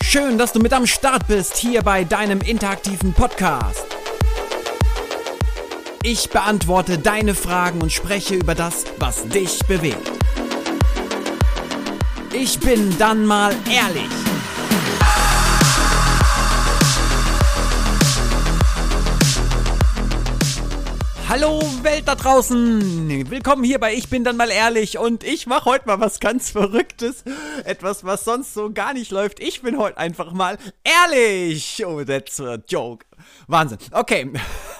Schön, dass du mit am Start bist hier bei deinem interaktiven Podcast. Ich beantworte deine Fragen und spreche über das, was dich bewegt. Ich bin dann mal ehrlich. Hallo Welt da draußen, willkommen hier bei Ich bin dann mal ehrlich und ich mache heute mal was ganz Verrücktes, etwas, was sonst so gar nicht läuft. Ich bin heute einfach mal ehrlich. Oh, that's a joke. Wahnsinn. Okay.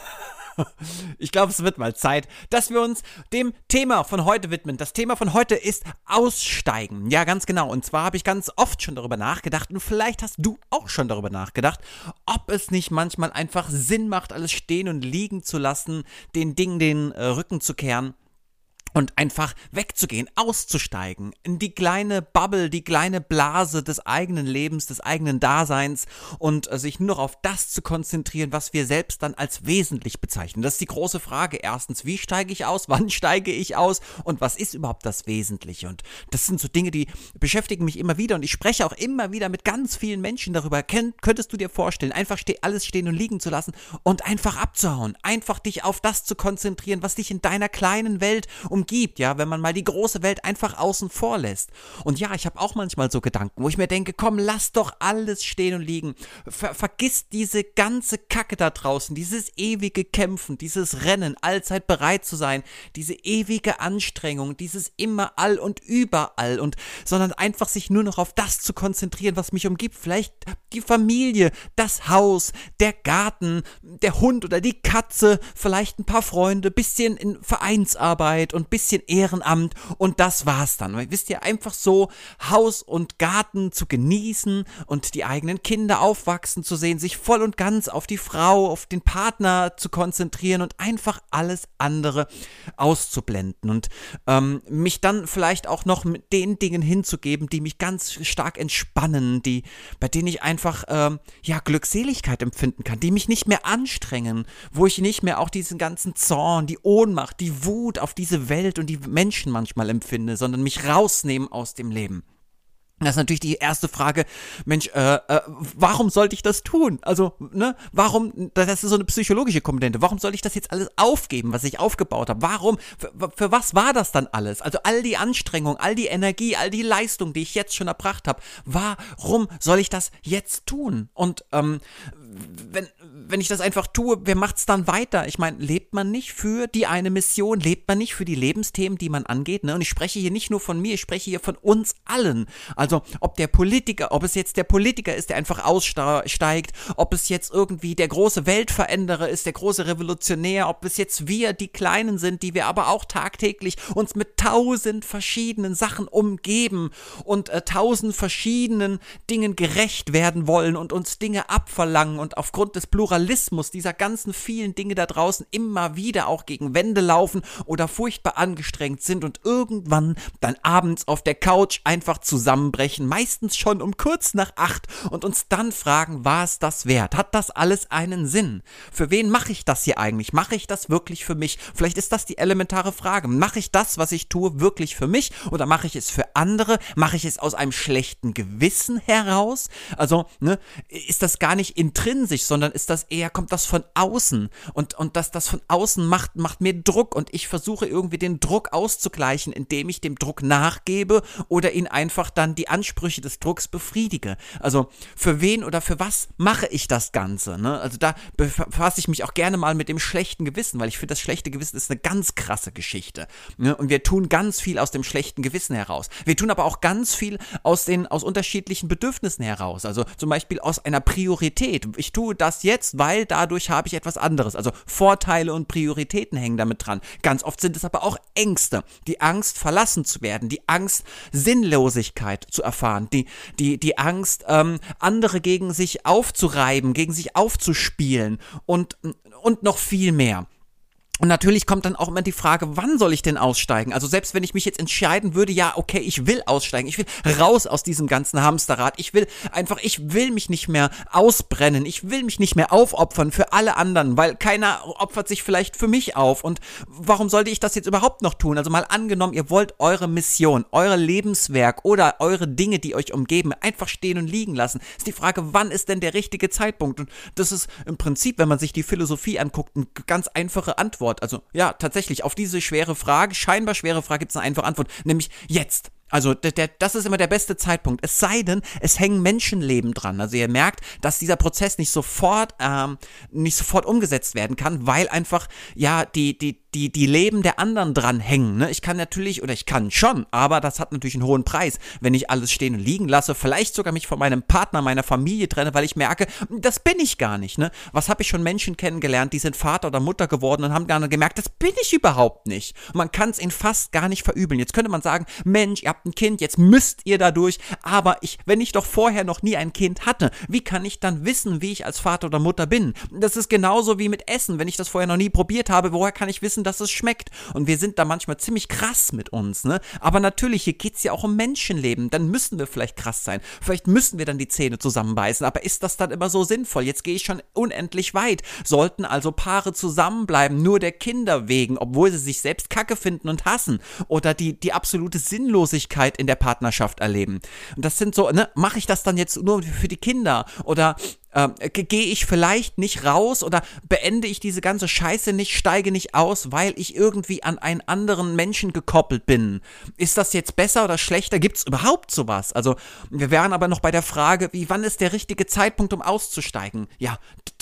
Ich glaube, es wird mal Zeit, dass wir uns dem Thema von heute widmen. Das Thema von heute ist Aussteigen. Ja, ganz genau. Und zwar habe ich ganz oft schon darüber nachgedacht und vielleicht hast du auch schon darüber nachgedacht, ob es nicht manchmal einfach Sinn macht, alles stehen und liegen zu lassen, den Dingen den Rücken zu kehren. Und einfach wegzugehen, auszusteigen, in die kleine Bubble, die kleine Blase des eigenen Lebens, des eigenen Daseins und sich nur noch auf das zu konzentrieren, was wir selbst dann als wesentlich bezeichnen. Das ist die große Frage. Erstens, wie steige ich aus? Wann steige ich aus? Und was ist überhaupt das Wesentliche? Und das sind so Dinge, die beschäftigen mich immer wieder und ich spreche auch immer wieder mit ganz vielen Menschen darüber. Könntest du dir vorstellen, einfach alles stehen und liegen zu lassen und einfach abzuhauen? Einfach dich auf das zu konzentrieren, was dich in deiner kleinen Welt umgibt, ja, wenn man mal die große Welt einfach außen vor lässt. Und ja, ich habe auch manchmal so Gedanken, wo ich mir denke, komm, lass doch alles stehen und liegen. Vergiss diese ganze Kacke da draußen, dieses ewige Kämpfen, dieses Rennen, allzeit bereit zu sein, diese ewige Anstrengung, dieses immer all und überall sondern einfach sich nur noch auf das zu konzentrieren, was mich umgibt. Vielleicht die Familie, das Haus, der Garten, der Hund oder die Katze, vielleicht ein paar Freunde, bisschen in Vereinsarbeit und bisschen Ehrenamt und das war's dann. Weil, wisst ihr, einfach so Haus und Garten zu genießen und die eigenen Kinder aufwachsen zu sehen, sich voll und ganz auf die Frau, auf den Partner zu konzentrieren und einfach alles andere auszublenden und mich dann vielleicht auch noch mit den Dingen hinzugeben, die mich ganz stark entspannen, bei denen ich einfach Glückseligkeit empfinden kann, die mich nicht mehr anstrengen, wo ich nicht mehr auch diesen ganzen Zorn, die Ohnmacht, die Wut auf diese Welt und die Menschen manchmal empfinde, sondern mich rausnehmen aus dem Leben. Das ist natürlich die erste Frage, Mensch, warum sollte ich das tun? Also, warum, das ist so eine psychologische Komponente, warum soll ich das jetzt alles aufgeben, was ich aufgebaut habe? Warum, für was war das dann alles? Also all die Anstrengung, all die Energie, all die Leistung, die ich jetzt schon erbracht habe, warum soll ich das jetzt tun? Und wenn ich das einfach tue, wer macht's dann weiter? Ich meine, lebt man nicht für die eine Mission, lebt man nicht für die Lebensthemen, die man angeht, ne? Und ich spreche hier nicht nur von mir, ich spreche hier von uns allen. Also, ob es jetzt der Politiker ist, der einfach aussteigt, ob es jetzt irgendwie der große Weltveränderer ist, der große Revolutionär, ob es jetzt wir, die Kleinen sind, die wir aber auch tagtäglich uns mit 1000 verschiedenen Sachen umgeben und 1000 verschiedenen Dingen gerecht werden wollen und uns Dinge abverlangen und aufgrund des Pluralismus dieser ganzen vielen Dinge da draußen immer wieder auch gegen Wände laufen oder furchtbar angestrengt sind und irgendwann dann abends auf der Couch einfach zusammenbrechen, meistens schon um kurz nach 8 und uns dann fragen, war es das wert? Hat das alles einen Sinn? Für wen mache ich das hier eigentlich? Mache ich das wirklich für mich? Vielleicht ist das die elementare Frage. Mache ich das, was ich tue, wirklich für mich oder mache ich es für andere? Mache ich es aus einem schlechten Gewissen heraus? Also, ist das gar nicht intrinsisch, sondern kommt das von außen und das von außen macht mir Druck und ich versuche irgendwie den Druck auszugleichen, indem ich dem Druck nachgebe oder ihn einfach dann die Ansprüche des Drucks befriedige. Also für wen oder für was mache ich das Ganze? Ne? Also da befasse ich mich auch gerne mal mit dem schlechten Gewissen, weil ich finde, das schlechte Gewissen ist eine ganz krasse Geschichte. Ne? Und wir tun ganz viel aus dem schlechten Gewissen heraus. Wir tun aber auch ganz viel aus unterschiedlichen Bedürfnissen heraus. Also zum Beispiel aus einer Priorität. Ich tue das jetzt, weil dadurch habe ich etwas anderes. Also Vorteile und Prioritäten hängen damit dran. Ganz oft sind es aber auch Ängste. Die Angst, verlassen zu werden. Die Angst, Sinnlosigkeit zu erfahren. Die Angst, andere gegen sich aufzureiben, gegen sich aufzuspielen und noch viel mehr. Und natürlich kommt dann auch immer die Frage, wann soll ich denn aussteigen? Also selbst wenn ich mich jetzt entscheiden würde, ja, okay, ich will aussteigen, ich will raus aus diesem ganzen Hamsterrad, ich will mich nicht mehr ausbrennen, ich will mich nicht mehr aufopfern für alle anderen, weil keiner opfert sich vielleicht für mich auf. Und warum sollte ich das jetzt überhaupt noch tun? Also mal angenommen, ihr wollt eure Mission, euer Lebenswerk oder eure Dinge, die euch umgeben, einfach stehen und liegen lassen. Ist die Frage, wann ist denn der richtige Zeitpunkt? Und das ist im Prinzip, wenn man sich die Philosophie anguckt, eine ganz einfache Antwort. Also ja, tatsächlich, auf diese scheinbar schwere Frage gibt es eine einfache Antwort, nämlich jetzt. Also das ist immer der beste Zeitpunkt, es sei denn, es hängen Menschenleben dran. Also ihr merkt, dass dieser Prozess nicht sofort umgesetzt werden kann, weil einfach ja die Leben der anderen dran hängen. Ne? Ich kann schon, aber das hat natürlich einen hohen Preis, wenn ich alles stehen und liegen lasse, vielleicht sogar mich von meinem Partner, meiner Familie trenne, weil ich merke, das bin ich gar nicht. Ne? Was habe ich schon Menschen kennengelernt, die sind Vater oder Mutter geworden und haben dann gemerkt, das bin ich überhaupt nicht. Und man kann es ihnen fast gar nicht verübeln. Jetzt könnte man sagen, Mensch, ihr habt ein Kind, jetzt müsst ihr da durch, aber wenn ich doch vorher noch nie ein Kind hatte, wie kann ich dann wissen, wie ich als Vater oder Mutter bin? Das ist genauso wie mit Essen, wenn ich das vorher noch nie probiert habe, woher kann ich wissen, dass es schmeckt? Und wir sind da manchmal ziemlich krass mit uns, ne? Aber natürlich, hier geht es ja auch um Menschenleben, dann müssen wir vielleicht krass sein, vielleicht müssen wir dann die Zähne zusammenbeißen, aber ist das dann immer so sinnvoll? Jetzt gehe ich schon unendlich weit. Sollten also Paare zusammenbleiben, nur der Kinder wegen, obwohl sie sich selbst Kacke finden und hassen oder die absolute Sinnlosigkeit in der Partnerschaft erleben. Und das sind so, ne, mache ich das dann jetzt nur für die Kinder oder gehe ich vielleicht nicht raus oder beende ich diese ganze Scheiße nicht, steige nicht aus, weil ich irgendwie an einen anderen Menschen gekoppelt bin. Ist das jetzt besser oder schlechter? Gibt es überhaupt sowas? Also wir wären aber noch bei der Frage, wann ist der richtige Zeitpunkt, um auszusteigen? Ja,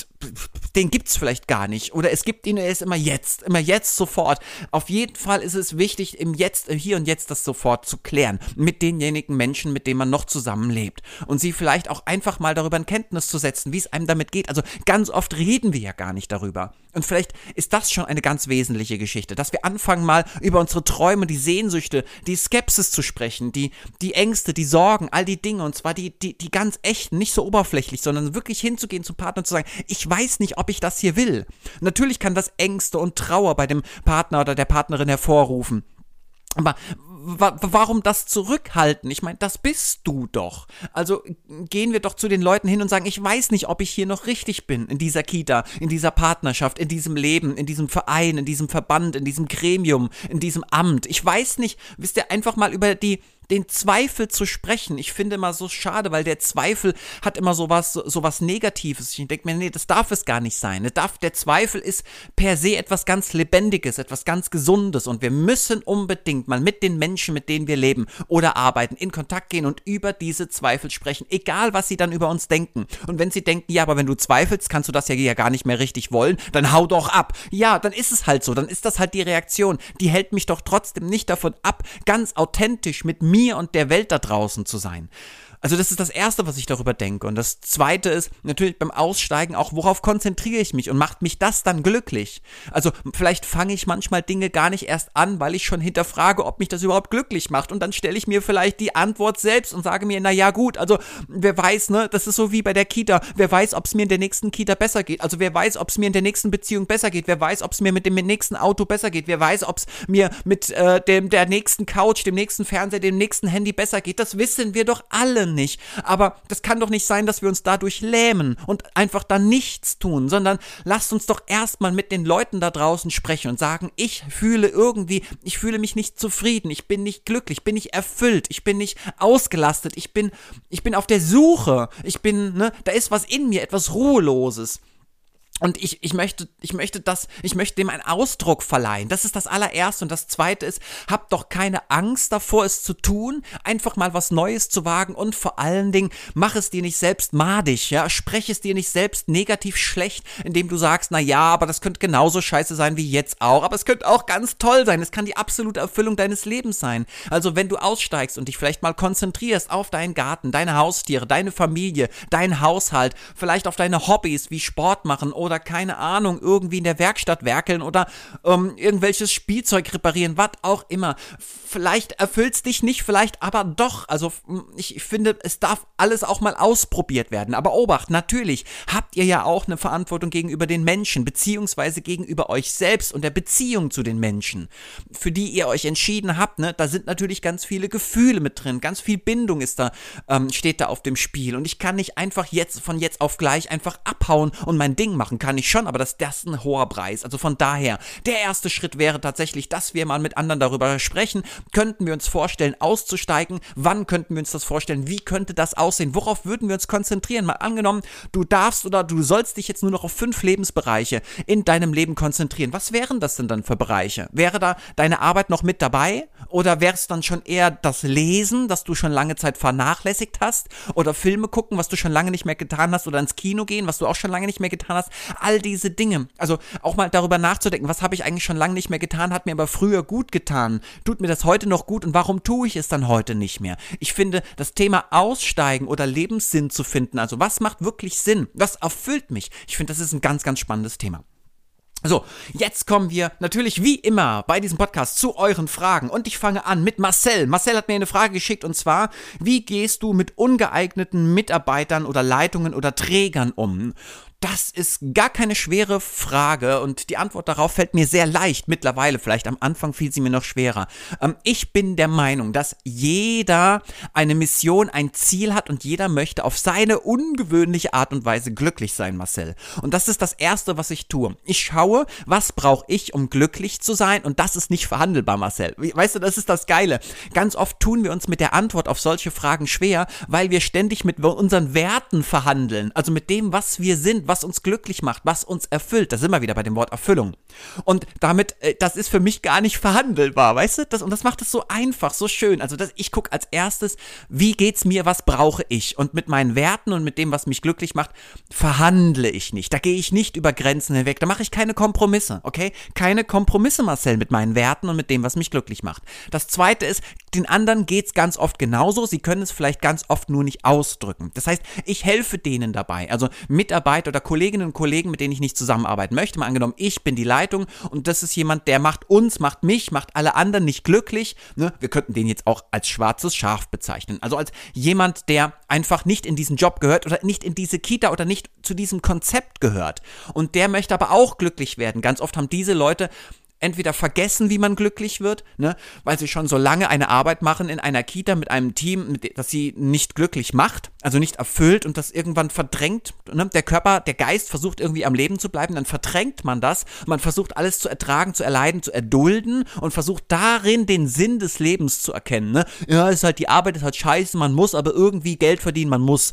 den gibt's vielleicht gar nicht. Oder es gibt ihn, er ist immer jetzt sofort. Auf jeden Fall ist es wichtig, im Hier und Jetzt das sofort zu klären. Mit denjenigen Menschen, mit denen man noch zusammenlebt. Und sie vielleicht auch einfach mal darüber in Kenntnis zu setzen, wie es einem damit geht. Also ganz oft reden wir ja gar nicht darüber. Und vielleicht ist das schon eine ganz wesentliche Geschichte, dass wir anfangen mal über unsere Träume, die Sehnsüchte, die Skepsis zu sprechen, die Ängste, die Sorgen, all die Dinge, und zwar die ganz echten, nicht so oberflächlich, sondern wirklich hinzugehen zum Partner und zu sagen, ich weiß nicht, ob ich das hier will. Natürlich kann das Ängste und Trauer bei dem Partner oder der Partnerin hervorrufen. Aber warum das zurückhalten? Ich meine, das bist du doch. Also gehen wir doch zu den Leuten hin und sagen, ich weiß nicht, ob ich hier noch richtig bin, in dieser Kita, in dieser Partnerschaft, in diesem Leben, in diesem Verein, in diesem Verband, in diesem Gremium, in diesem Amt. Ich weiß nicht, wisst ihr, einfach mal über den Zweifel zu sprechen. Ich finde immer so schade, weil der Zweifel hat immer sowas Negatives. Ich denke mir, nee, das darf es gar nicht sein. Der Zweifel ist per se etwas ganz Lebendiges, etwas ganz Gesundes, und wir müssen unbedingt mal mit den Menschen, mit denen wir leben oder arbeiten, in Kontakt gehen und über diese Zweifel sprechen, egal was sie dann über uns denken. Und wenn sie denken, ja, aber wenn du zweifelst, kannst du das ja gar nicht mehr richtig wollen, dann hau doch ab. Ja, dann ist es halt so, dann ist das halt die Reaktion. Die hält mich doch trotzdem nicht davon ab, ganz authentisch mit mir und der Welt da draußen zu sein. Also das ist das Erste, was ich darüber denke. Und das Zweite ist natürlich beim Aussteigen auch, worauf konzentriere ich mich und macht mich das dann glücklich? Also vielleicht fange ich manchmal Dinge gar nicht erst an, weil ich schon hinterfrage, ob mich das überhaupt glücklich macht. Und dann stelle ich mir vielleicht die Antwort selbst und sage mir, naja gut, also wer weiß, ne, das ist so wie bei der Kita. Wer weiß, ob es mir in der nächsten Kita besser geht? Also wer weiß, ob es mir in der nächsten Beziehung besser geht? Wer weiß, ob es mir mit dem nächsten Auto besser geht? Wer weiß, ob es mir mit der nächsten Couch, dem nächsten Fernseher, dem nächsten Handy besser geht? Das wissen wir doch alle nicht. Aber das kann doch nicht sein, dass wir uns dadurch lähmen und einfach dann nichts tun, sondern lasst uns doch erstmal mit den Leuten da draußen sprechen und sagen, ich fühle mich nicht zufrieden, ich bin nicht glücklich, ich bin nicht erfüllt, ich bin nicht ausgelastet, ich bin auf der Suche, da ist was in mir, etwas Ruheloses. Und ich möchte dem einen Ausdruck verleihen. Das ist das Allererste. Und das Zweite ist, habt doch keine Angst davor, es zu tun, einfach mal was Neues zu wagen, und vor allen Dingen, mach es dir nicht selbst madig, ja, sprech es dir nicht selbst negativ schlecht, indem du sagst, na ja, aber das könnte genauso scheiße sein wie jetzt auch, aber es könnte auch ganz toll sein, es kann die absolute Erfüllung deines Lebens sein. Also wenn du aussteigst und dich vielleicht mal konzentrierst auf deinen Garten, deine Haustiere, deine Familie, deinen Haushalt, vielleicht auf deine Hobbys wie Sport machen oder keine Ahnung, irgendwie in der Werkstatt werkeln oder irgendwelches Spielzeug reparieren, was auch immer. Vielleicht erfüllt's dich nicht, vielleicht aber doch. Also ich finde, es darf alles auch mal ausprobiert werden. Aber Obacht, natürlich habt ihr ja auch eine Verantwortung gegenüber den Menschen, beziehungsweise gegenüber euch selbst und der Beziehung zu den Menschen, für die ihr euch entschieden habt, ne? Da sind natürlich ganz viele Gefühle mit drin, ganz viel Bindung ist da, steht da auf dem Spiel. Und ich kann nicht einfach von jetzt auf gleich einfach abhauen und mein Ding machen. Kann ich schon, aber das ist ein hoher Preis. Also von daher, der erste Schritt wäre tatsächlich, dass wir mal mit anderen darüber sprechen. Könnten wir uns vorstellen, auszusteigen? Wann könnten wir uns das vorstellen? Wie könnte das aussehen? Worauf würden wir uns konzentrieren? Mal angenommen, du darfst oder du sollst dich jetzt nur noch auf 5 Lebensbereiche in deinem Leben konzentrieren. Was wären das denn dann für Bereiche? Wäre da deine Arbeit noch mit dabei? Oder wäre es dann schon eher das Lesen, das du schon lange Zeit vernachlässigt hast? Oder Filme gucken, was du schon lange nicht mehr getan hast? Oder ins Kino gehen, was du auch schon lange nicht mehr getan hast? All diese Dinge. Also auch mal darüber nachzudenken, was habe ich eigentlich schon lange nicht mehr getan, hat mir aber früher gut getan. Tut mir das heute noch gut und warum tue ich es dann heute nicht mehr? Ich finde, das Thema Aussteigen oder Lebenssinn zu finden, also was macht wirklich Sinn? Was erfüllt mich? Ich finde, das ist ein ganz, ganz spannendes Thema. So, jetzt kommen wir natürlich wie immer bei diesem Podcast zu euren Fragen und ich fange an mit Marcel. Marcel hat mir eine Frage geschickt und zwar, wie gehst du mit ungeeigneten Mitarbeitern oder Leitungen oder Trägern um? Das ist gar keine schwere Frage und die Antwort darauf fällt mir sehr leicht mittlerweile, vielleicht am Anfang fiel sie mir noch schwerer. Ich bin der Meinung, dass jeder eine Mission, ein Ziel hat und jeder möchte auf seine ungewöhnliche Art und Weise glücklich sein, Marcel. Und das ist das Erste, was ich tue. Ich schaue, was brauche ich, um glücklich zu sein und das ist nicht verhandelbar, Marcel. Weißt du, das ist das Geile. Ganz oft tun wir uns mit der Antwort auf solche Fragen schwer, weil wir ständig mit unseren Werten verhandeln, also mit dem, was wir sind, was uns glücklich macht, was uns erfüllt. Da sind wir wieder bei dem Wort Erfüllung. Und damit, das ist für mich gar nicht verhandelbar, weißt du? Und das macht es so einfach, so schön. Also ich gucke als erstes, wie geht's mir, was brauche ich? Und mit meinen Werten und mit dem, was mich glücklich macht, verhandle ich nicht. Da gehe ich nicht über Grenzen hinweg. Da mache ich keine Kompromisse, okay? Keine Kompromisse, Marcel, mit meinen Werten und mit dem, was mich glücklich macht. Das Zweite ist, den anderen geht's ganz oft genauso. Sie können es vielleicht ganz oft nur nicht ausdrücken. Das heißt, ich helfe denen dabei. Also Mitarbeiter oder Kolleginnen und Kollegen, mit denen ich nicht zusammenarbeiten möchte. Mal angenommen, ich bin die Leitung und das ist jemand, der macht uns, macht mich, macht alle anderen nicht glücklich. Ne? Wir könnten den jetzt auch als schwarzes Schaf bezeichnen. Also als jemand, der einfach nicht in diesen Job gehört oder nicht in diese Kita oder nicht zu diesem Konzept gehört. Und der möchte aber auch glücklich werden. Ganz oft haben diese Leute entweder vergessen, wie man glücklich wird, ne, weil sie schon so lange eine Arbeit machen in einer Kita mit einem Team, das sie nicht glücklich macht, also nicht erfüllt und das irgendwann verdrängt, ne, der Körper, der Geist versucht irgendwie am Leben zu bleiben, dann verdrängt man das, man versucht alles zu ertragen, zu erleiden, zu erdulden und versucht darin den Sinn des Lebens zu erkennen, ne, ja, ist halt die Arbeit, ist halt scheiße, man muss aber irgendwie Geld verdienen, man muss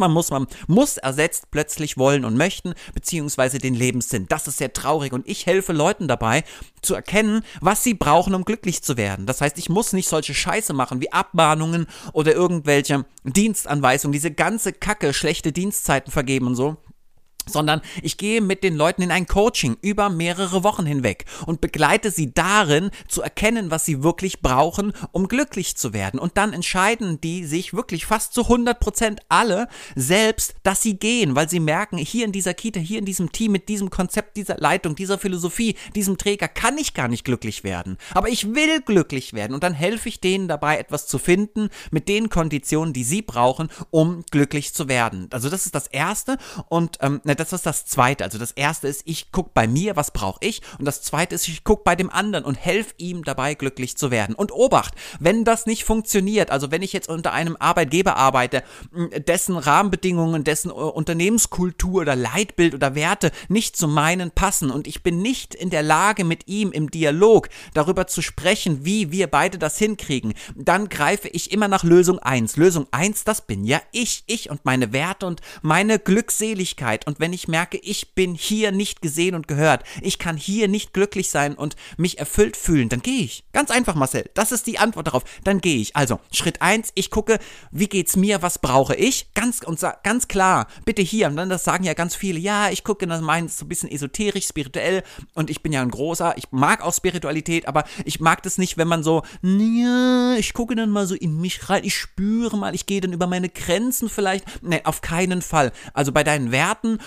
ersetzt plötzlich wollen und möchten, beziehungsweise den Lebenssinn, das ist sehr traurig und ich helfe Leuten dabei, zu erkennen, was sie brauchen, um glücklich zu werden. Das heißt, ich muss nicht solche Scheiße machen wie Abmahnungen oder irgendwelche Dienstanweisungen, diese ganze Kacke, schlechte Dienstzeiten vergeben und so, sondern ich gehe mit den Leuten in ein Coaching über mehrere Wochen hinweg und begleite sie darin, zu erkennen, was sie wirklich brauchen, um glücklich zu werden. Und dann entscheiden die sich wirklich fast zu 100% alle selbst, dass sie gehen, weil sie merken, hier in dieser Kita, hier in diesem Team, mit diesem Konzept, dieser Leitung, dieser Philosophie, diesem Träger kann ich gar nicht glücklich werden. Aber ich will glücklich werden und dann helfe ich denen dabei, etwas zu finden mit den Konditionen, die sie brauchen, um glücklich zu werden. Also das ist das Erste und das ist das Zweite. Also das Erste ist, ich gucke bei mir, was brauche ich und das Zweite ist, ich gucke bei dem anderen und helfe ihm dabei, glücklich zu werden. Und Obacht, wenn das nicht funktioniert, also wenn ich jetzt unter einem Arbeitgeber arbeite, dessen Rahmenbedingungen, dessen Unternehmenskultur oder Leitbild oder Werte nicht zu meinen passen und ich bin nicht in der Lage, mit ihm im Dialog darüber zu sprechen, wie wir beide das hinkriegen, dann greife ich immer nach Lösung 1. Lösung 1, das bin ja ich und meine Werte und meine Glückseligkeit. Und wenn ich merke, ich bin hier nicht gesehen und gehört, ich kann hier nicht glücklich sein und mich erfüllt fühlen, dann gehe ich. Ganz einfach, Marcel, das ist die Antwort darauf, dann gehe ich. Also, Schritt 1, ich gucke, wie geht's mir, was brauche ich, ganz klar, bitte hier, und dann das sagen ja ganz viele, ja, ich gucke, das meint so ein bisschen esoterisch, spirituell und ich bin ja ein großer, ich mag auch Spiritualität, aber ich mag das nicht, wenn man so, ja, ich gucke dann mal so in mich rein, ich spüre mal, ich gehe dann über meine Grenzen vielleicht, nee, auf keinen Fall. Also bei deinen Werten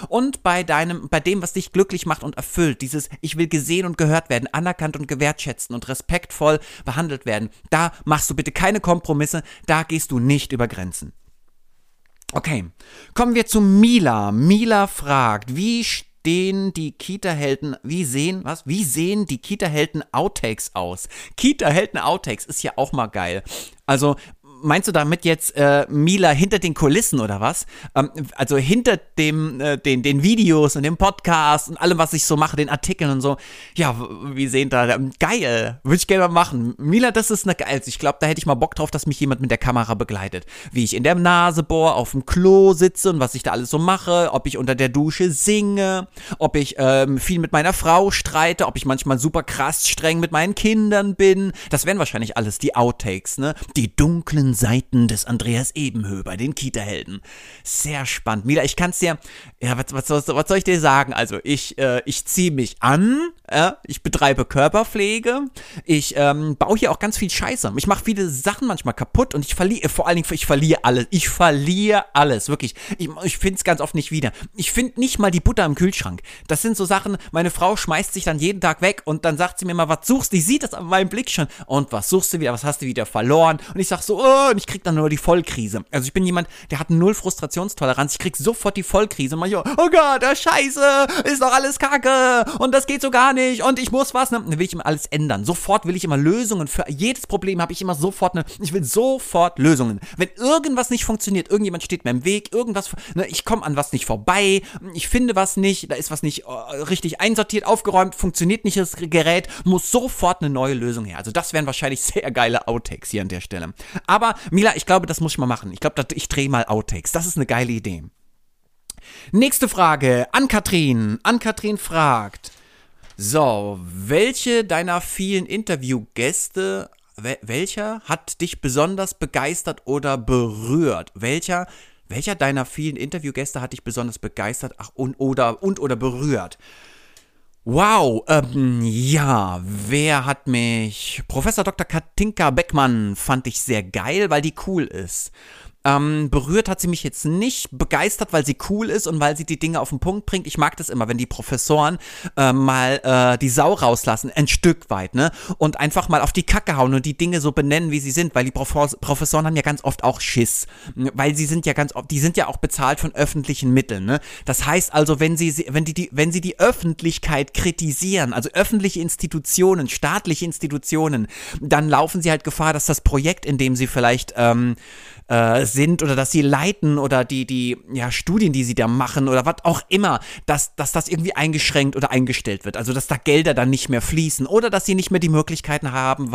und bei dem, was dich glücklich macht und erfüllt, dieses ich will gesehen und gehört werden, anerkannt und gewertschätzt und respektvoll behandelt werden, da machst du bitte keine Kompromisse, da gehst du nicht über Grenzen. Okay, kommen wir zu Mila. Mila fragt, wie sehen die Kita-Helden Outtakes aus? Kita-Helden Outtakes ist ja auch mal geil. Also, meinst du damit jetzt Mila hinter den Kulissen oder was? Also hinter den Videos und dem Podcast und allem, was ich so mache, den Artikeln und so. Ja, wie sehen da? Geil. Würde ich gerne mal machen. Mila, das ist eine geil. Ich glaube, da hätte ich mal Bock drauf, dass mich jemand mit der Kamera begleitet. Wie ich in der Nase bohre, auf dem Klo sitze und was ich da alles so mache. Ob ich unter der Dusche singe. Ob ich viel mit meiner Frau streite. Ob ich manchmal super krass streng mit meinen Kindern bin. Das wären wahrscheinlich alles die Outtakes, ne? Die dunklen Seiten des Andreas Ebenhö bei den Kita-Helden. Sehr spannend. Mila, ich kann's dir, ja, was soll ich dir sagen? Also, ich ziehe mich an, ich betreibe Körperpflege, ich baue hier auch ganz viel Scheiße. Ich mache viele Sachen manchmal kaputt und ich verliere alles. Ich verliere alles, wirklich. Ich finde es ganz oft nicht wieder. Ich finde nicht mal die Butter im Kühlschrank. Das sind so Sachen, meine Frau schmeißt sich dann jeden Tag weg und dann sagt sie mir mal, was suchst du? Die sieht das an meinem Blick schon. Und was suchst du wieder? Was hast du wieder verloren? Und ich sag so, und ich krieg dann nur die Vollkrise. Also ich bin jemand, der hat null Frustrationstoleranz. Ich krieg sofort die Vollkrise. Und manchmal, oh Gott, Scheiße, ist doch alles Kacke und das geht so gar nicht und ich muss was. Ne? Dann will ich immer alles ändern. Sofort will ich immer Lösungen. Für jedes Problem habe ich immer sofort ich will sofort Lösungen. Wenn irgendwas nicht funktioniert, irgendjemand steht mir im Weg, irgendwas, ne, ich komme an was nicht vorbei, ich finde was nicht, da ist was nicht richtig einsortiert, aufgeräumt, funktioniert nicht das Gerät, muss sofort eine neue Lösung her. Also das wären wahrscheinlich sehr geile Outtakes hier an der Stelle. Aber Mila, ich glaube, das muss ich mal machen. Ich glaube, ich drehe mal Outtakes. Das ist eine geile Idee. Nächste Frage. Ann-Kathrin. Ann-Kathrin fragt, so, welche deiner vielen Interviewgäste, welcher hat dich besonders begeistert oder berührt? Welcher deiner vielen Interviewgäste hat dich besonders begeistert oder berührt? Wow, ja, wer hat mich? Professor Dr. Katinka Beckmann fand ich sehr geil, weil die cool ist. Berührt hat sie mich jetzt nicht, begeistert, weil sie cool ist und weil sie die Dinge auf den Punkt bringt. Ich mag das immer, wenn die Professoren mal die Sau rauslassen, ein Stück weit, ne? Und einfach mal auf die Kacke hauen und die Dinge so benennen, wie sie sind, weil die Professoren haben ja ganz oft auch Schiss, weil die sind ja auch bezahlt von öffentlichen Mitteln, ne? Das heißt also, wenn sie die Öffentlichkeit kritisieren, also öffentliche Institutionen, staatliche Institutionen, dann laufen sie halt Gefahr, dass das Projekt, in dem sie vielleicht sind oder dass sie leiten oder die Studien, die sie da machen oder was auch immer, dass das irgendwie eingeschränkt oder eingestellt wird. Also dass da Gelder dann nicht mehr fließen oder dass sie nicht mehr die Möglichkeiten haben,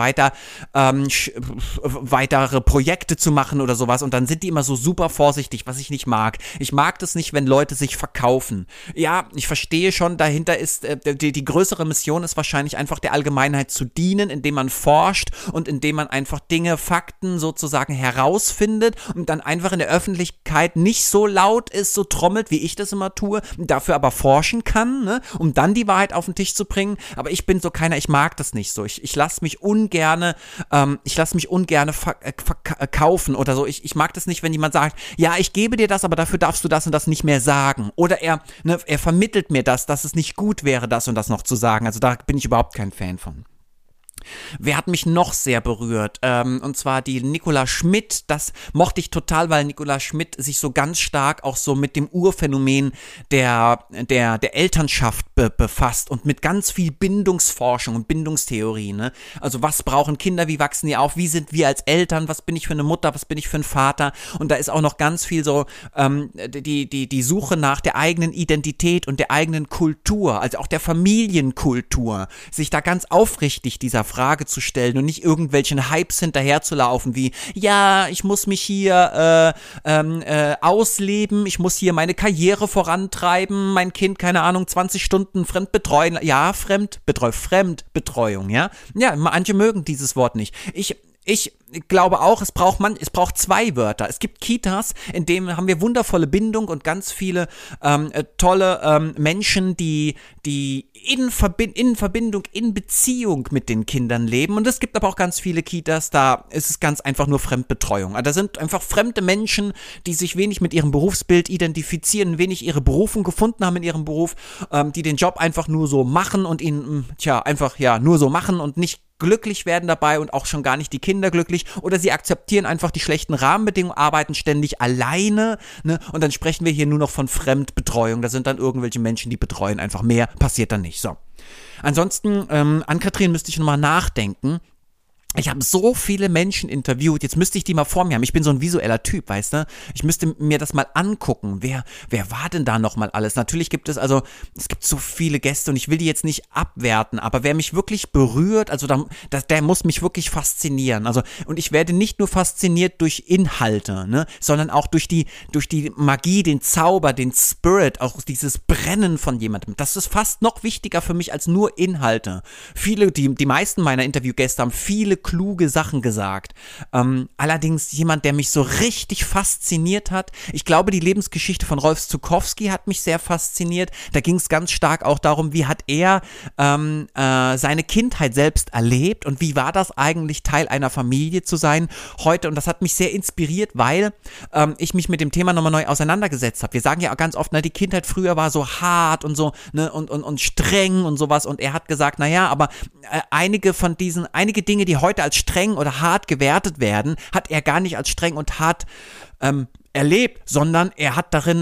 weitere Projekte zu machen oder sowas. Und dann sind die immer so super vorsichtig, was ich nicht mag. Ich mag das nicht, wenn Leute sich verkaufen. Ja, ich verstehe schon, dahinter ist, die größere Mission ist wahrscheinlich einfach der Allgemeinheit zu dienen, indem man forscht und indem man einfach Dinge, Fakten sozusagen herausfindet und dann einfach in der Öffentlichkeit nicht so laut ist, so trommelt, wie ich das immer tue, dafür aber forschen kann, ne, um dann die Wahrheit auf den Tisch zu bringen. Aber ich bin so keiner, ich mag das nicht so. Ich lasse mich ungerne verkaufen oder so. Ich mag das nicht, wenn jemand sagt, ja, ich gebe dir das, aber dafür darfst du das und das nicht mehr sagen. Oder er vermittelt mir das, dass es nicht gut wäre, das und das noch zu sagen. Also da bin ich überhaupt kein Fan von. Wer hat mich noch sehr berührt? Und zwar die Nicola Schmidt. Das mochte ich total, weil Nicola Schmidt sich so ganz stark auch so mit dem Urphänomen der Elternschaft befasst und mit ganz viel Bindungsforschung und Bindungstheorie, ne? Also was brauchen Kinder, wie wachsen die auf, wie sind wir als Eltern, was bin ich für eine Mutter, was bin ich für ein Vater? Und da ist auch noch ganz viel so die Suche nach der eigenen Identität und der eigenen Kultur, also auch der Familienkultur, sich da ganz aufrichtig dieser Frage zu stellen und nicht irgendwelchen Hypes hinterherzulaufen wie, ja, ich muss mich hier ausleben, ich muss hier meine Karriere vorantreiben, mein Kind, keine Ahnung, 20 Stunden fremdbetreuen, ja, Fremdbetreuung, ja, manche mögen dieses Wort nicht. ich glaube auch, es braucht zwei Wörter. Es gibt Kitas, in denen haben wir wundervolle Bindung und ganz viele tolle Menschen, die in Verbindung, in Beziehung mit den Kindern leben. Und es gibt aber auch ganz viele Kitas, da ist es ganz einfach nur Fremdbetreuung. Also da sind einfach fremde Menschen, die sich wenig mit ihrem Berufsbild identifizieren, wenig ihre Berufung gefunden haben in ihrem Beruf, die den Job einfach nur so machen und ihn, einfach nur so machen und nicht glücklich werden dabei und auch schon gar nicht die Kinder glücklich, oder sie akzeptieren einfach die schlechten Rahmenbedingungen, arbeiten ständig alleine, ne? Und dann sprechen wir hier nur noch von Fremdbetreuung. Da sind dann irgendwelche Menschen, die betreuen einfach, mehr passiert dann nicht. So. Ansonsten, Ann-Kathrin, müsste ich nochmal nachdenken. Ich habe so viele Menschen interviewt, jetzt müsste ich die mal vor mir haben. Ich bin so ein visueller Typ, weißt du? Ich müsste mir das mal angucken. Wer war denn da nochmal alles? Natürlich gibt es so viele Gäste und ich will die jetzt nicht abwerten, aber wer mich wirklich berührt, also der muss mich wirklich faszinieren. Also, und ich werde nicht nur fasziniert durch Inhalte, ne, sondern auch durch die Magie, den Zauber, den Spirit, auch dieses Brennen von jemandem. Das ist fast noch wichtiger für mich als nur Inhalte. Die meisten meiner Interviewgäste haben viele kluge Sachen gesagt. Allerdings jemand, der mich so richtig fasziniert hat. Ich glaube, die Lebensgeschichte von Rolf Zuckowski hat mich sehr fasziniert. Da ging es ganz stark auch darum, wie hat er seine Kindheit selbst erlebt und wie war das eigentlich, Teil einer Familie zu sein heute. Und das hat mich sehr inspiriert, weil ich mich mit dem Thema nochmal neu auseinandergesetzt habe. Wir sagen ja auch ganz oft, die Kindheit früher war so hart und so, ne, und streng und sowas. Und er hat gesagt, aber einige Dinge, die heute als streng oder hart gewertet werden, hat er gar nicht als streng und hart erlebt, sondern er hat darin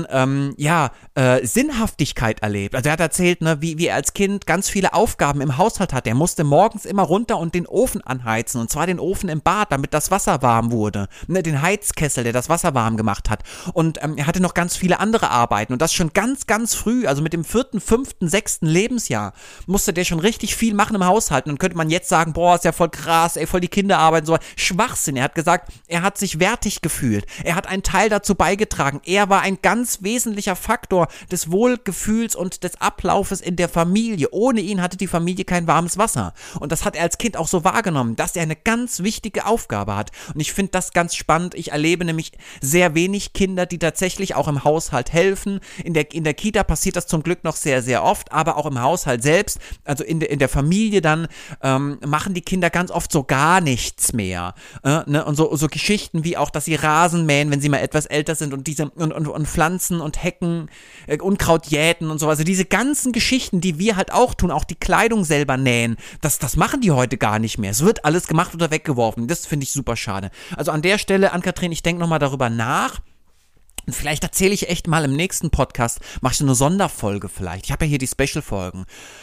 Sinnhaftigkeit erlebt. Also er hat erzählt, ne, wie er als Kind ganz viele Aufgaben im Haushalt hatte. Er musste morgens immer runter und den Ofen anheizen, und zwar den Ofen im Bad, damit das Wasser warm wurde. Ne, den Heizkessel, der das Wasser warm gemacht hat. Und er hatte noch ganz viele andere Arbeiten, und das schon ganz, ganz früh, also mit dem 4., 5., 6. Lebensjahr musste der schon richtig viel machen im Haushalt. Und dann könnte man jetzt sagen, boah, ist ja voll krass, voll die Kinderarbeit und so. Schwachsinn. Er hat gesagt, er hat sich wertig gefühlt. Er hat einen Teil dazu beigetragen. Er war ein ganz wesentlicher Faktor des Wohlgefühls und des Ablaufes in der Familie. Ohne ihn hatte die Familie kein warmes Wasser. Und das hat er als Kind auch so wahrgenommen, dass er eine ganz wichtige Aufgabe hat. Und ich finde das ganz spannend. Ich erlebe nämlich sehr wenig Kinder, die tatsächlich auch im Haushalt helfen. In der Kita passiert das zum Glück noch sehr, sehr oft, aber auch im Haushalt selbst, also in der Familie dann, machen die Kinder ganz oft so gar nichts mehr. Ne? Und so Geschichten wie auch, dass sie Rasen mähen, wenn sie mal etwas älter sind, und diese und Pflanzen und Hecken, Unkraut jäten und so. Also diese ganzen Geschichten, die wir halt auch tun, auch die Kleidung selber nähen, das machen die heute gar nicht mehr. Es wird alles gemacht oder weggeworfen. Das finde ich super schade. Also an der Stelle, Ann-Kathrin, ich denke nochmal darüber nach. Und vielleicht erzähle ich echt mal im nächsten Podcast, mache ich so eine Sonderfolge vielleicht. Ich habe ja hier die Special-Folgen.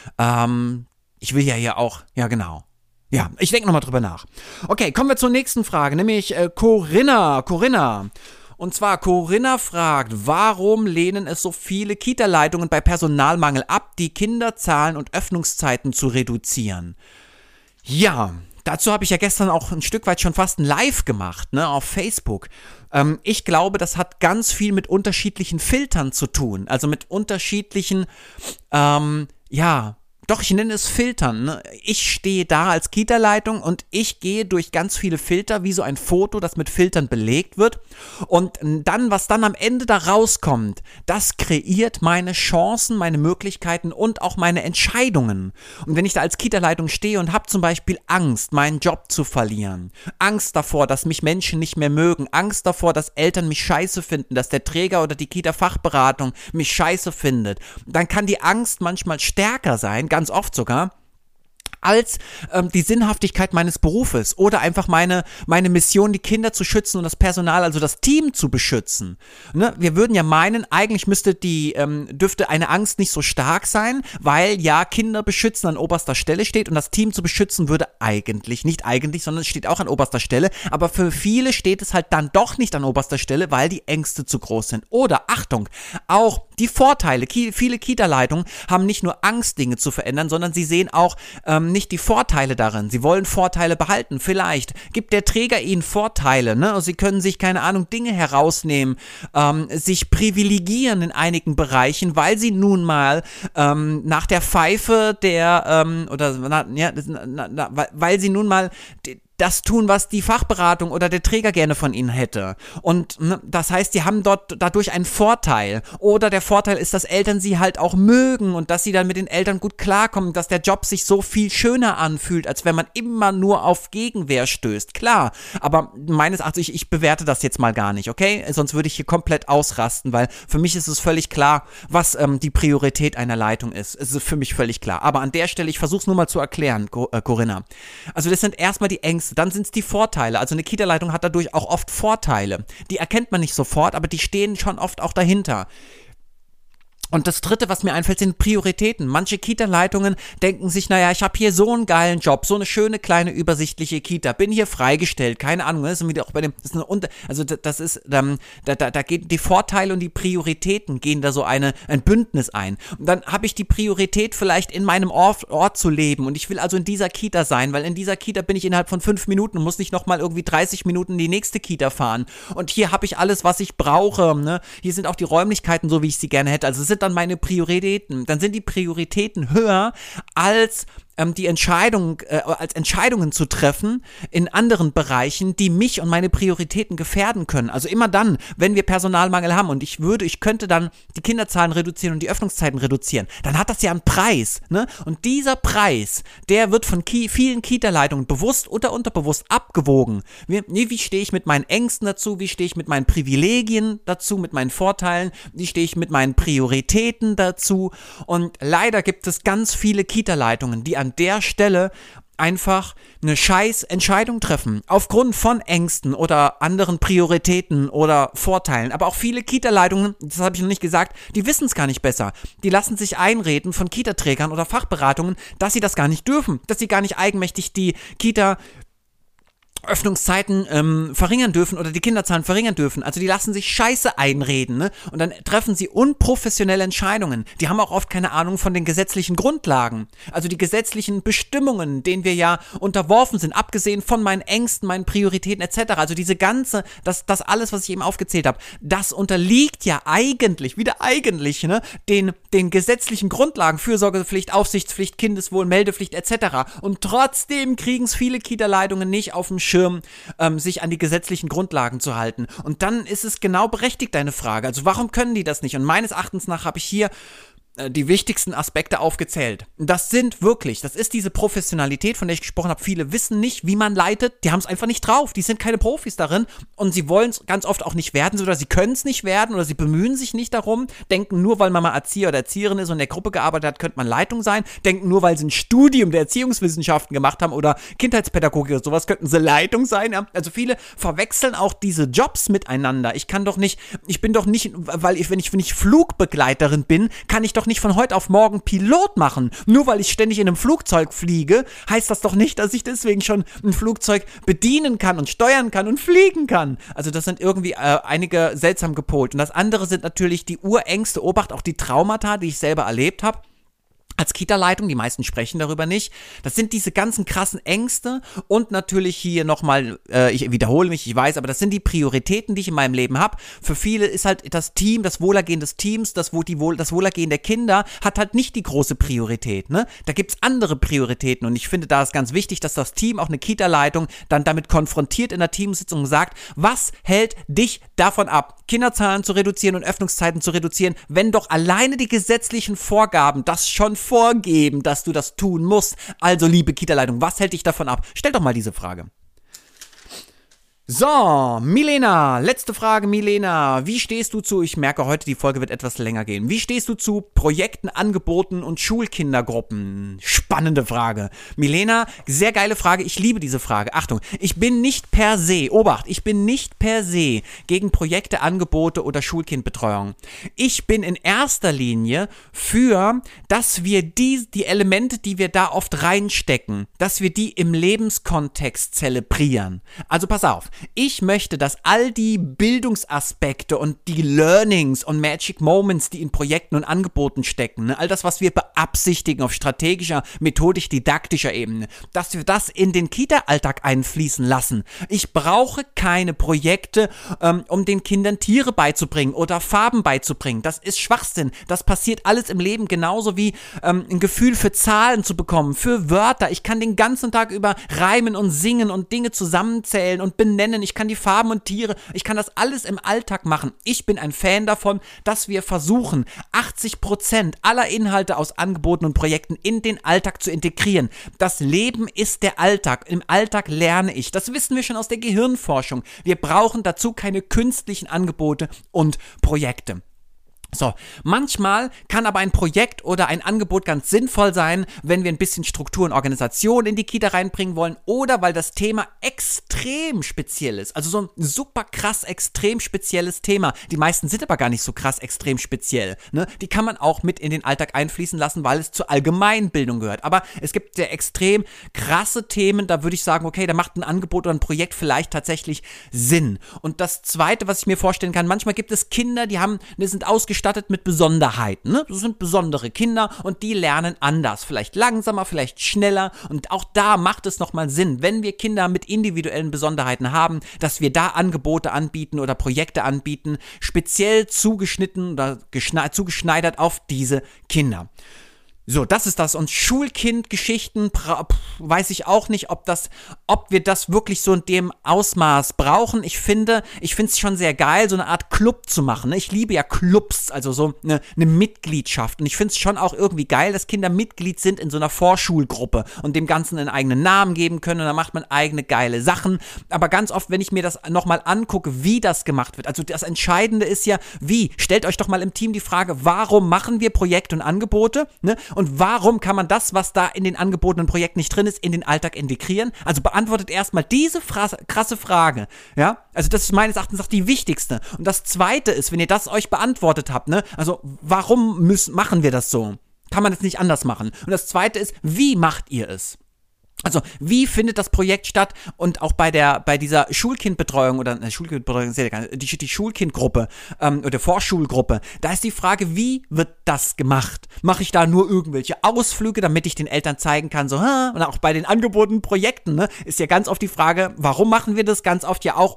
Ich will ja hier auch, ja genau. Ja, ich denke nochmal drüber nach. Okay, kommen wir zur nächsten Frage, nämlich Corinna. Und zwar, Corinna fragt, warum lehnen es so viele Kita-Leitungen bei Personalmangel ab, die Kinderzahlen und Öffnungszeiten zu reduzieren? Ja, dazu habe ich ja gestern auch ein Stück weit schon fast ein Live gemacht, ne, auf Facebook. Ich glaube, das hat ganz viel mit unterschiedlichen Filtern zu tun, also mit unterschiedlichen, ich nenne es Filtern. Ne? Ich stehe da als Kita-Leitung und ich gehe durch ganz viele Filter, wie so ein Foto, das mit Filtern belegt wird. Und dann, was dann am Ende da rauskommt, das kreiert meine Chancen, meine Möglichkeiten und auch meine Entscheidungen. Und wenn ich da als Kita-Leitung stehe und habe zum Beispiel Angst, meinen Job zu verlieren, Angst davor, dass mich Menschen nicht mehr mögen, Angst davor, dass Eltern mich scheiße finden, dass der Träger oder die Kita-Fachberatung mich scheiße findet, dann kann die Angst manchmal stärker sein, ganz oft sogar, als die Sinnhaftigkeit meines Berufes oder einfach meine Mission, die Kinder zu schützen und das Personal, also das Team zu beschützen. Ne? Wir würden ja meinen, eigentlich dürfte eine Angst nicht so stark sein, weil ja Kinder beschützen an oberster Stelle steht und das Team zu beschützen würde sondern es steht auch an oberster Stelle, aber für viele steht es halt dann doch nicht an oberster Stelle, weil die Ängste zu groß sind. Oder, Achtung, auch die Vorteile. Viele Kita-Leitungen haben nicht nur Angst, Dinge zu verändern, sondern sie sehen auch nicht die Vorteile darin. Sie wollen Vorteile behalten. Vielleicht gibt der Träger ihnen Vorteile. Ne? Also sie können sich, keine Ahnung, Dinge herausnehmen, sich privilegieren in einigen Bereichen, weil sie nun mal nach der Pfeife weil sie nun mal das tun, was die Fachberatung oder der Träger gerne von ihnen hätte. Und das heißt, die haben dort dadurch einen Vorteil. Oder der Vorteil ist, dass Eltern sie halt auch mögen und dass sie dann mit den Eltern gut klarkommen, dass der Job sich so viel schöner anfühlt, als wenn man immer nur auf Gegenwehr stößt. Klar, aber meines Erachtens, ich bewerte das jetzt mal gar nicht, okay? Sonst würde ich hier komplett ausrasten, weil für mich ist es völlig klar, was die Priorität einer Leitung ist. Es ist für mich völlig klar. Aber an der Stelle, ich versuche es nur mal zu erklären, Corinna. Also das sind erstmal die Ängste, dann sind es die Vorteile. Also eine Kita-Leitung hat dadurch auch oft Vorteile. Die erkennt man nicht sofort, aber die stehen schon oft auch dahinter. Und das Dritte, was mir einfällt, sind Prioritäten. Manche Kita-Leitungen denken sich, naja, ich habe hier so einen geilen Job, so eine schöne, kleine, übersichtliche Kita, bin hier freigestellt, keine Ahnung, das ist wieder auch bei dem, da gehen die Vorteile und die Prioritäten, gehen da so ein Bündnis ein. Und dann habe ich die Priorität, vielleicht in meinem Ort zu leben und ich will also in dieser Kita sein, weil in dieser Kita bin ich innerhalb von 5 Minuten und muss nicht nochmal irgendwie 30 Minuten in die nächste Kita fahren. Und hier habe ich alles, was ich brauche, ne? Hier sind auch die Räumlichkeiten so, wie ich sie gerne hätte. Also es sind dann meine Prioritäten, dann sind die Prioritäten höher als die Entscheidung, als Entscheidungen zu treffen in anderen Bereichen, die mich und meine Prioritäten gefährden können. Also immer dann, wenn wir Personalmangel haben und ich könnte dann die Kinderzahlen reduzieren und die Öffnungszeiten reduzieren, dann hat das ja einen Preis, ne? Und dieser Preis, der wird von vielen Kita-Leitungen bewusst oder unterbewusst abgewogen. Wie stehe ich mit meinen Ängsten dazu? Wie stehe ich mit meinen Privilegien dazu, mit meinen Vorteilen? Wie stehe ich mit meinen Prioritäten dazu? Und leider gibt es ganz viele Kita-Leitungen, die an der Stelle einfach eine scheiß Entscheidung treffen, aufgrund von Ängsten oder anderen Prioritäten oder Vorteilen. Aber auch viele Kita-Leitungen, das habe ich noch nicht gesagt, die wissen es gar nicht besser. Die lassen sich einreden von Kita-Trägern oder Fachberatungen, dass sie das gar nicht dürfen, dass sie gar nicht eigenmächtig die Öffnungszeiten verringern dürfen oder die Kinderzahlen verringern dürfen. Also die lassen sich Scheiße einreden, ne? Und dann treffen sie unprofessionelle Entscheidungen. Die haben auch oft keine Ahnung von den gesetzlichen Grundlagen. Also die gesetzlichen Bestimmungen, denen wir ja unterworfen sind, abgesehen von meinen Ängsten, meinen Prioritäten etc. Also diese ganze, das alles, was ich eben aufgezählt habe, das unterliegt ja eigentlich, ne, den gesetzlichen Grundlagen, Fürsorgepflicht, Aufsichtspflicht, Kindeswohl, Meldepflicht etc. Und trotzdem kriegen es viele Kita-Leitungen nicht auf dem Schirm, sich an die gesetzlichen Grundlagen zu halten. Und dann ist es genau berechtigt, deine Frage. Also warum können die das nicht? Und meines Erachtens nach habe ich hier die wichtigsten Aspekte aufgezählt. Das ist diese Professionalität, von der ich gesprochen habe. Viele wissen nicht, wie man leitet, die haben es einfach nicht drauf, die sind keine Profis darin und sie wollen es ganz oft auch nicht werden oder sie können es nicht werden oder sie bemühen sich nicht darum, denken nur, weil man mal Erzieher oder Erzieherin ist und in der Gruppe gearbeitet hat, könnte man Leitung sein, denken nur, weil sie ein Studium der Erziehungswissenschaften gemacht haben oder Kindheitspädagogik oder sowas, könnten sie Leitung sein. Ja? Also viele verwechseln auch diese Jobs miteinander. Wenn ich Flugbegleiterin bin, kann ich doch nicht von heute auf morgen Pilot machen. Nur weil ich ständig in einem Flugzeug fliege, heißt das doch nicht, dass ich deswegen schon ein Flugzeug bedienen kann und steuern kann und fliegen kann. Also das sind irgendwie einige seltsam gepolt. Und das andere sind natürlich die Urängste, Obacht, auch die Traumata, die ich selber erlebt habe. Als Kita-Leitung, die meisten sprechen darüber nicht. Das sind diese ganzen krassen Ängste und natürlich hier nochmal, ich wiederhole mich, ich weiß, aber das sind die Prioritäten, die ich in meinem Leben habe. Für viele ist halt das Team, das Wohlergehen des Teams, das Wohlergehen der Kinder hat halt nicht die große Priorität, ne? Da gibt's andere Prioritäten und ich finde, da ist ganz wichtig, dass das Team, auch eine Kita-Leitung, dann damit konfrontiert in der Teamsitzung und sagt, was hält dich davon ab, Kinderzahlen zu reduzieren und Öffnungszeiten zu reduzieren, wenn doch alleine die gesetzlichen Vorgaben das schon vorgeben, dass du das tun musst. Also, liebe Kita-Leitung, was hält dich davon ab? Stell doch mal diese Frage. So, Milena, letzte Frage, Milena. Wie stehst du zu, ich merke heute, die Folge wird etwas länger gehen. Wie stehst du zu Projekten, Angeboten und Schulkindergruppen? Spannende Frage. Milena, sehr geile Frage, ich liebe diese Frage. Achtung, ich bin nicht per se gegen Projekte, Angebote oder Schulkindbetreuung. Ich bin in erster Linie für, dass wir die Elemente, die wir da oft reinstecken, dass wir die im Lebenskontext zelebrieren. Also pass auf. Ich möchte, dass all die Bildungsaspekte und die Learnings und Magic Moments, die in Projekten und Angeboten stecken, ne, all das, was wir beabsichtigen auf strategischer, methodisch-didaktischer Ebene, dass wir das in den Kita-Alltag einfließen lassen. Ich brauche keine Projekte, um den Kindern Tiere beizubringen oder Farben beizubringen. Das ist Schwachsinn. Das passiert alles im Leben, genauso wie ein Gefühl für Zahlen zu bekommen, für Wörter. Ich kann den ganzen Tag über reimen und singen und Dinge zusammenzählen und benennen. Ich kann die Farben und Tiere, ich kann das alles im Alltag machen. Ich bin ein Fan davon, dass wir versuchen, 80% aller Inhalte aus Angeboten und Projekten in den Alltag zu integrieren. Das Leben ist der Alltag. Im Alltag lerne ich. Das wissen wir schon aus der Gehirnforschung. Wir brauchen dazu keine künstlichen Angebote und Projekte. So, manchmal kann aber ein Projekt oder ein Angebot ganz sinnvoll sein, wenn wir ein bisschen Struktur und Organisation in die Kita reinbringen wollen oder weil das Thema extrem speziell ist. Also so ein super krass extrem spezielles Thema. Die meisten sind aber gar nicht so krass extrem speziell, ne? Die kann man auch mit in den Alltag einfließen lassen, weil es zur Allgemeinbildung gehört. Aber es gibt sehr extrem krasse Themen, da würde ich sagen, okay, da macht ein Angebot oder ein Projekt vielleicht tatsächlich Sinn. Und das Zweite, was ich mir vorstellen kann, manchmal gibt es Kinder, die sind ausgestattet mit Besonderheiten, ne? Das sind besondere Kinder und die lernen anders, vielleicht langsamer, vielleicht schneller und auch da macht es nochmal Sinn, wenn wir Kinder mit individuellen Besonderheiten haben, dass wir da Angebote anbieten oder Projekte anbieten, speziell zugeschnitten oder zugeschneidert auf diese Kinder. So, das ist das. Und Schulkindgeschichten weiß ich auch nicht, ob wir das wirklich so in dem Ausmaß brauchen. Ich finde es schon sehr geil, so eine Art Club zu machen. Ne? Ich liebe ja Clubs, also so eine Mitgliedschaft. Und ich finde es schon auch irgendwie geil, dass Kinder Mitglied sind in so einer Vorschulgruppe und dem Ganzen einen eigenen Namen geben können. Und dann macht man eigene geile Sachen. Aber ganz oft, wenn ich mir das nochmal angucke, wie das gemacht wird, also das Entscheidende ist ja, wie? Stellt euch doch mal im Team die Frage, warum machen wir Projekte und Angebote? Ne? Und warum kann man das, was da in den angebotenen Projekten nicht drin ist, in den Alltag integrieren? Also beantwortet erstmal diese krasse Frage, ja? Also das ist meines Erachtens auch die wichtigste. Und das Zweite ist, wenn ihr das euch beantwortet habt, ne? Also warum machen wir das so? Kann man es nicht anders machen? Und das Zweite ist, wie macht ihr es? Also, wie findet das Projekt statt? Und auch bei dieser Schulkindbetreuung oder Schulkindbetreuung, die Schulkindgruppe oder Vorschulgruppe, da ist die Frage, wie wird das gemacht? Mache ich da nur irgendwelche Ausflüge, damit ich den Eltern zeigen kann, so, und auch bei den angebotenen Projekten, ne, ist ja ganz oft die Frage, warum machen wir das? Ganz oft ja auch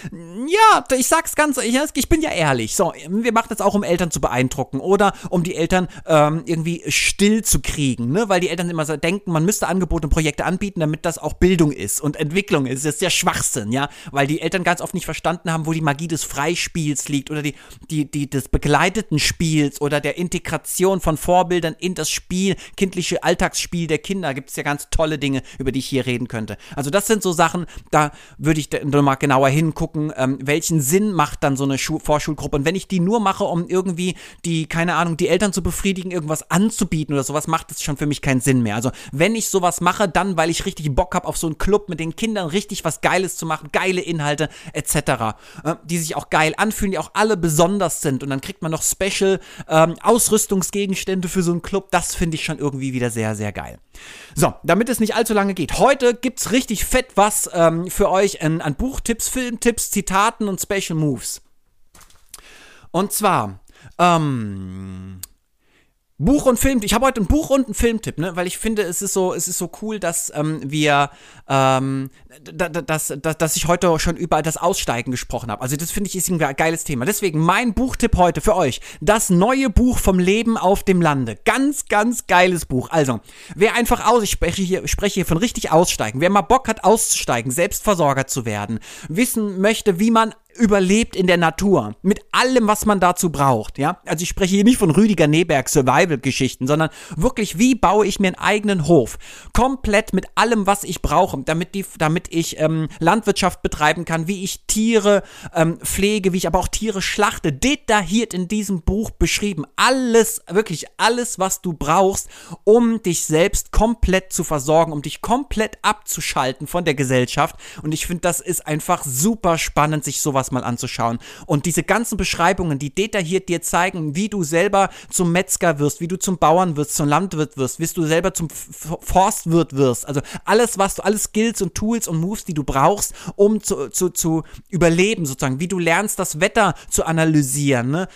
ich sag's ganz, ich bin ja ehrlich, so, wir machen das auch, um Eltern zu beeindrucken oder um die Eltern irgendwie still zu kriegen, ne, weil die Eltern immer so denken, man müsste Angebote und Projekte anbieten, damit das auch Bildung ist und Entwicklung ist. Das ist ja Schwachsinn, ja, weil die Eltern ganz oft nicht verstanden haben, wo die Magie des Freispiels liegt oder des begleiteten Spiels oder der Integration von Vorbildern in das Spiel, kindliche Alltagsspiel der Kinder. Da gibt es ja ganz tolle Dinge, über die ich hier reden könnte. Also das sind so Sachen, da würde ich mal genauer hingucken, welchen Sinn macht dann so eine Vorschulgruppe. Und wenn ich die nur mache, um irgendwie die Eltern zu befriedigen, irgendwas anzubieten oder sowas, macht es schon für mich keinen Sinn mehr. Also wenn ich sowas mache, dann, weil ich richtig Bock habe auf so einen Club mit den Kindern, richtig was Geiles zu machen, geile Inhalte etc., die sich auch geil anfühlen, die auch alle besonders sind und dann kriegt man noch Special Ausrüstungsgegenstände für so einen Club, das finde ich schon irgendwie wieder sehr, sehr geil. So, damit es nicht allzu lange geht, heute gibt's richtig fett was für euch an Buchtipps, Filmtipps, Zitaten und Special Moves. Und zwar, Buch und Film. Ich habe heute ein Buch und einen Filmtipp, ne, weil ich finde, es ist so cool, dass dass ich heute schon über das Aussteigen gesprochen habe. Also das finde ich ist ein geiles Thema. Deswegen mein Buchtipp heute für euch: Das neue Buch vom Leben auf dem Lande. Ganz, ganz geiles Buch. Also wer einfach ich spreche hier von richtig aussteigen. Wer mal Bock hat auszusteigen, Selbstversorger zu werden, wissen möchte, wie man überlebt in der Natur, mit allem, was man dazu braucht, ja. Also ich spreche hier nicht von Rüdiger Neberg Survival-Geschichten, sondern wirklich, wie baue ich mir einen eigenen Hof, komplett mit allem, was ich brauche, damit ich Landwirtschaft betreiben kann, wie ich Tiere pflege, wie ich aber auch Tiere schlachte, detailliert in diesem Buch beschrieben. Alles, wirklich alles, was du brauchst, um dich selbst komplett zu versorgen, um dich komplett abzuschalten von der Gesellschaft. Und ich finde, das ist einfach super spannend, sich sowas sowas mal anzuschauen. Und diese ganzen Beschreibungen, die detailliert dir zeigen, wie du selber zum Metzger wirst, wie du zum Bauern wirst, zum Landwirt wirst, wie du selber zum Forstwirt wirst. Also alles, alle Skills und Tools und Moves, die du brauchst, um zu überleben sozusagen. Wie du lernst, das Wetter zu analysieren, ne?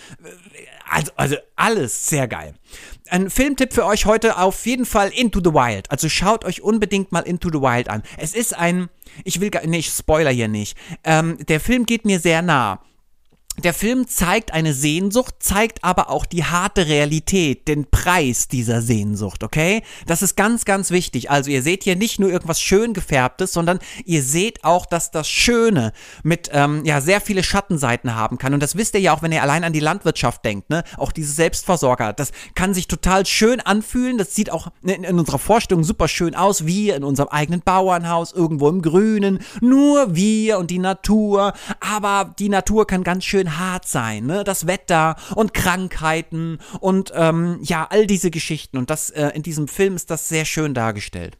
Also alles sehr geil. Ein Filmtipp für euch heute auf jeden Fall Into the Wild. Also schaut euch unbedingt mal Into the Wild an. Es ist ich spoiler hier nicht. Der Film geht mir sehr nah. Der Film zeigt eine Sehnsucht, zeigt aber auch die harte Realität, den Preis dieser Sehnsucht, okay? Das ist ganz, ganz wichtig. Also ihr seht hier nicht nur irgendwas schön gefärbtes, sondern ihr seht auch, dass das Schöne mit sehr viele Schattenseiten haben kann. Und das wisst ihr ja auch, wenn ihr allein an die Landwirtschaft denkt, ne? Auch diese Selbstversorger, das kann sich total schön anfühlen. Das sieht auch in unserer Vorstellung super schön aus. Wir in unserem eigenen Bauernhaus, irgendwo im Grünen, nur wir und die Natur. Aber die Natur kann ganz schön hart sein, ne? Das Wetter und Krankheiten und all diese Geschichten. Und das in diesem Film ist das sehr schön dargestellt.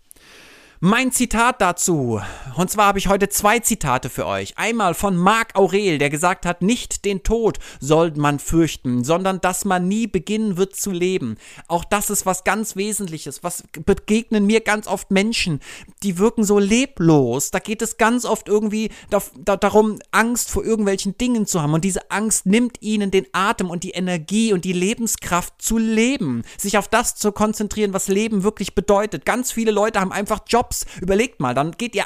Mein Zitat dazu, und zwar habe ich heute 2 Zitate für euch. Einmal von Marc Aurel, der gesagt hat, nicht den Tod soll man fürchten, sondern dass man nie beginnen wird zu leben. Auch das ist was ganz Wesentliches. Was begegnen mir ganz oft Menschen, die wirken so leblos. Da geht es ganz oft irgendwie darum, Angst vor irgendwelchen Dingen zu haben. Und diese Angst nimmt ihnen den Atem und die Energie und die Lebenskraft zu leben. Sich auf das zu konzentrieren, was Leben wirklich bedeutet. Ganz viele Leute haben einfach Jobs. Überlegt mal, dann geht ihr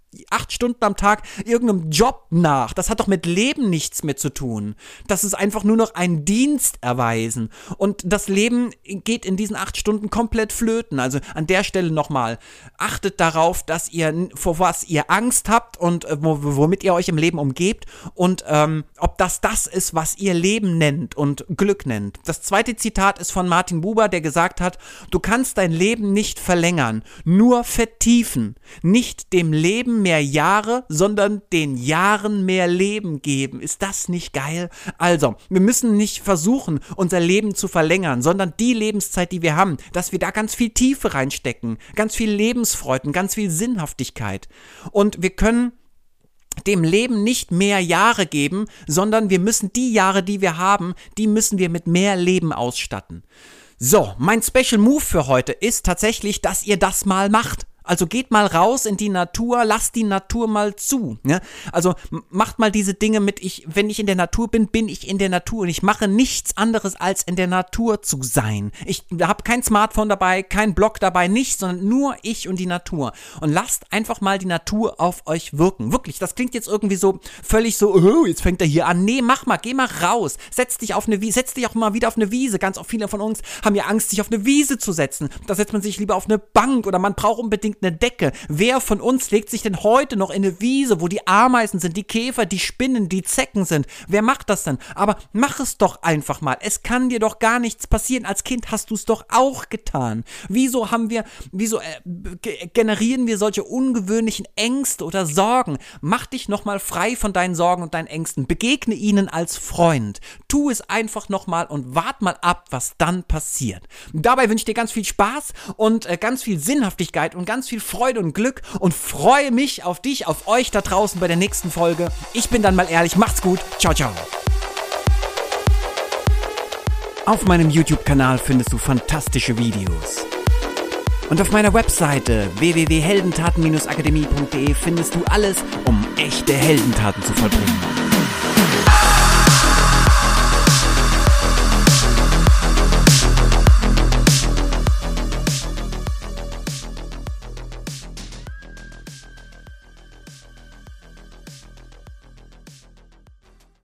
8 Stunden am Tag irgendeinem Job nach. Das hat doch mit Leben nichts mehr zu tun. Das ist einfach nur noch ein Dienst erweisen. Und das Leben geht in diesen 8 Stunden komplett flöten. Also an der Stelle nochmal, achtet darauf, dass ihr, vor was ihr Angst habt und womit ihr euch im Leben umgebt und ob das ist, was ihr Leben nennt und Glück nennt. Das zweite Zitat ist von Martin Buber, der gesagt hat, du kannst dein Leben nicht verlängern, nur vertiefen. Nicht dem Leben mehr Jahre, sondern den Jahren mehr Leben geben. Ist das nicht geil? Also, wir müssen nicht versuchen, unser Leben zu verlängern, sondern die Lebenszeit, die wir haben, dass wir da ganz viel Tiefe reinstecken, ganz viel Lebensfreude, ganz viel Sinnhaftigkeit. Und wir können dem Leben nicht mehr Jahre geben, sondern wir müssen die Jahre, die wir haben, die müssen wir mit mehr Leben ausstatten. So, mein Special Move für heute ist tatsächlich, dass ihr das mal macht. Also geht mal raus in die Natur, lasst die Natur mal zu. Ne? Also macht mal diese Dinge mit, wenn ich in der Natur bin, bin ich in der Natur. Und ich mache nichts anderes, als in der Natur zu sein. Ich habe kein Smartphone dabei, kein Blog dabei, nichts, sondern nur ich und die Natur. Und lasst einfach mal die Natur auf euch wirken. Wirklich, das klingt jetzt irgendwie so völlig so, oh, jetzt fängt er hier an. Nee, mach mal, geh mal raus. Setz dich auch mal wieder auf eine Wiese. Ganz viele von uns haben ja Angst, sich auf eine Wiese zu setzen. Da setzt man sich lieber auf eine Bank oder man braucht unbedingt eine Decke. Wer von uns legt sich denn heute noch in eine Wiese, wo die Ameisen sind, die Käfer, die Spinnen, die Zecken sind? Wer macht das denn? Aber mach es doch einfach mal. Es kann dir doch gar nichts passieren. Als Kind hast du es doch auch getan. Wieso generieren wir solche ungewöhnlichen Ängste oder Sorgen? Mach dich nochmal frei von deinen Sorgen und deinen Ängsten. Begegne ihnen als Freund. Tu es einfach nochmal und wart mal ab, was dann passiert. Dabei wünsche ich dir ganz viel Spaß und ganz viel Sinnhaftigkeit und ganz viel Freude und Glück und freue mich auf dich, auf euch da draußen bei der nächsten Folge. Ich bin dann mal ehrlich. Macht's gut. Ciao, ciao. Auf meinem YouTube-Kanal findest du fantastische Videos. Und auf meiner Webseite www.heldentaten-akademie.de findest du alles, um echte Heldentaten zu vollbringen.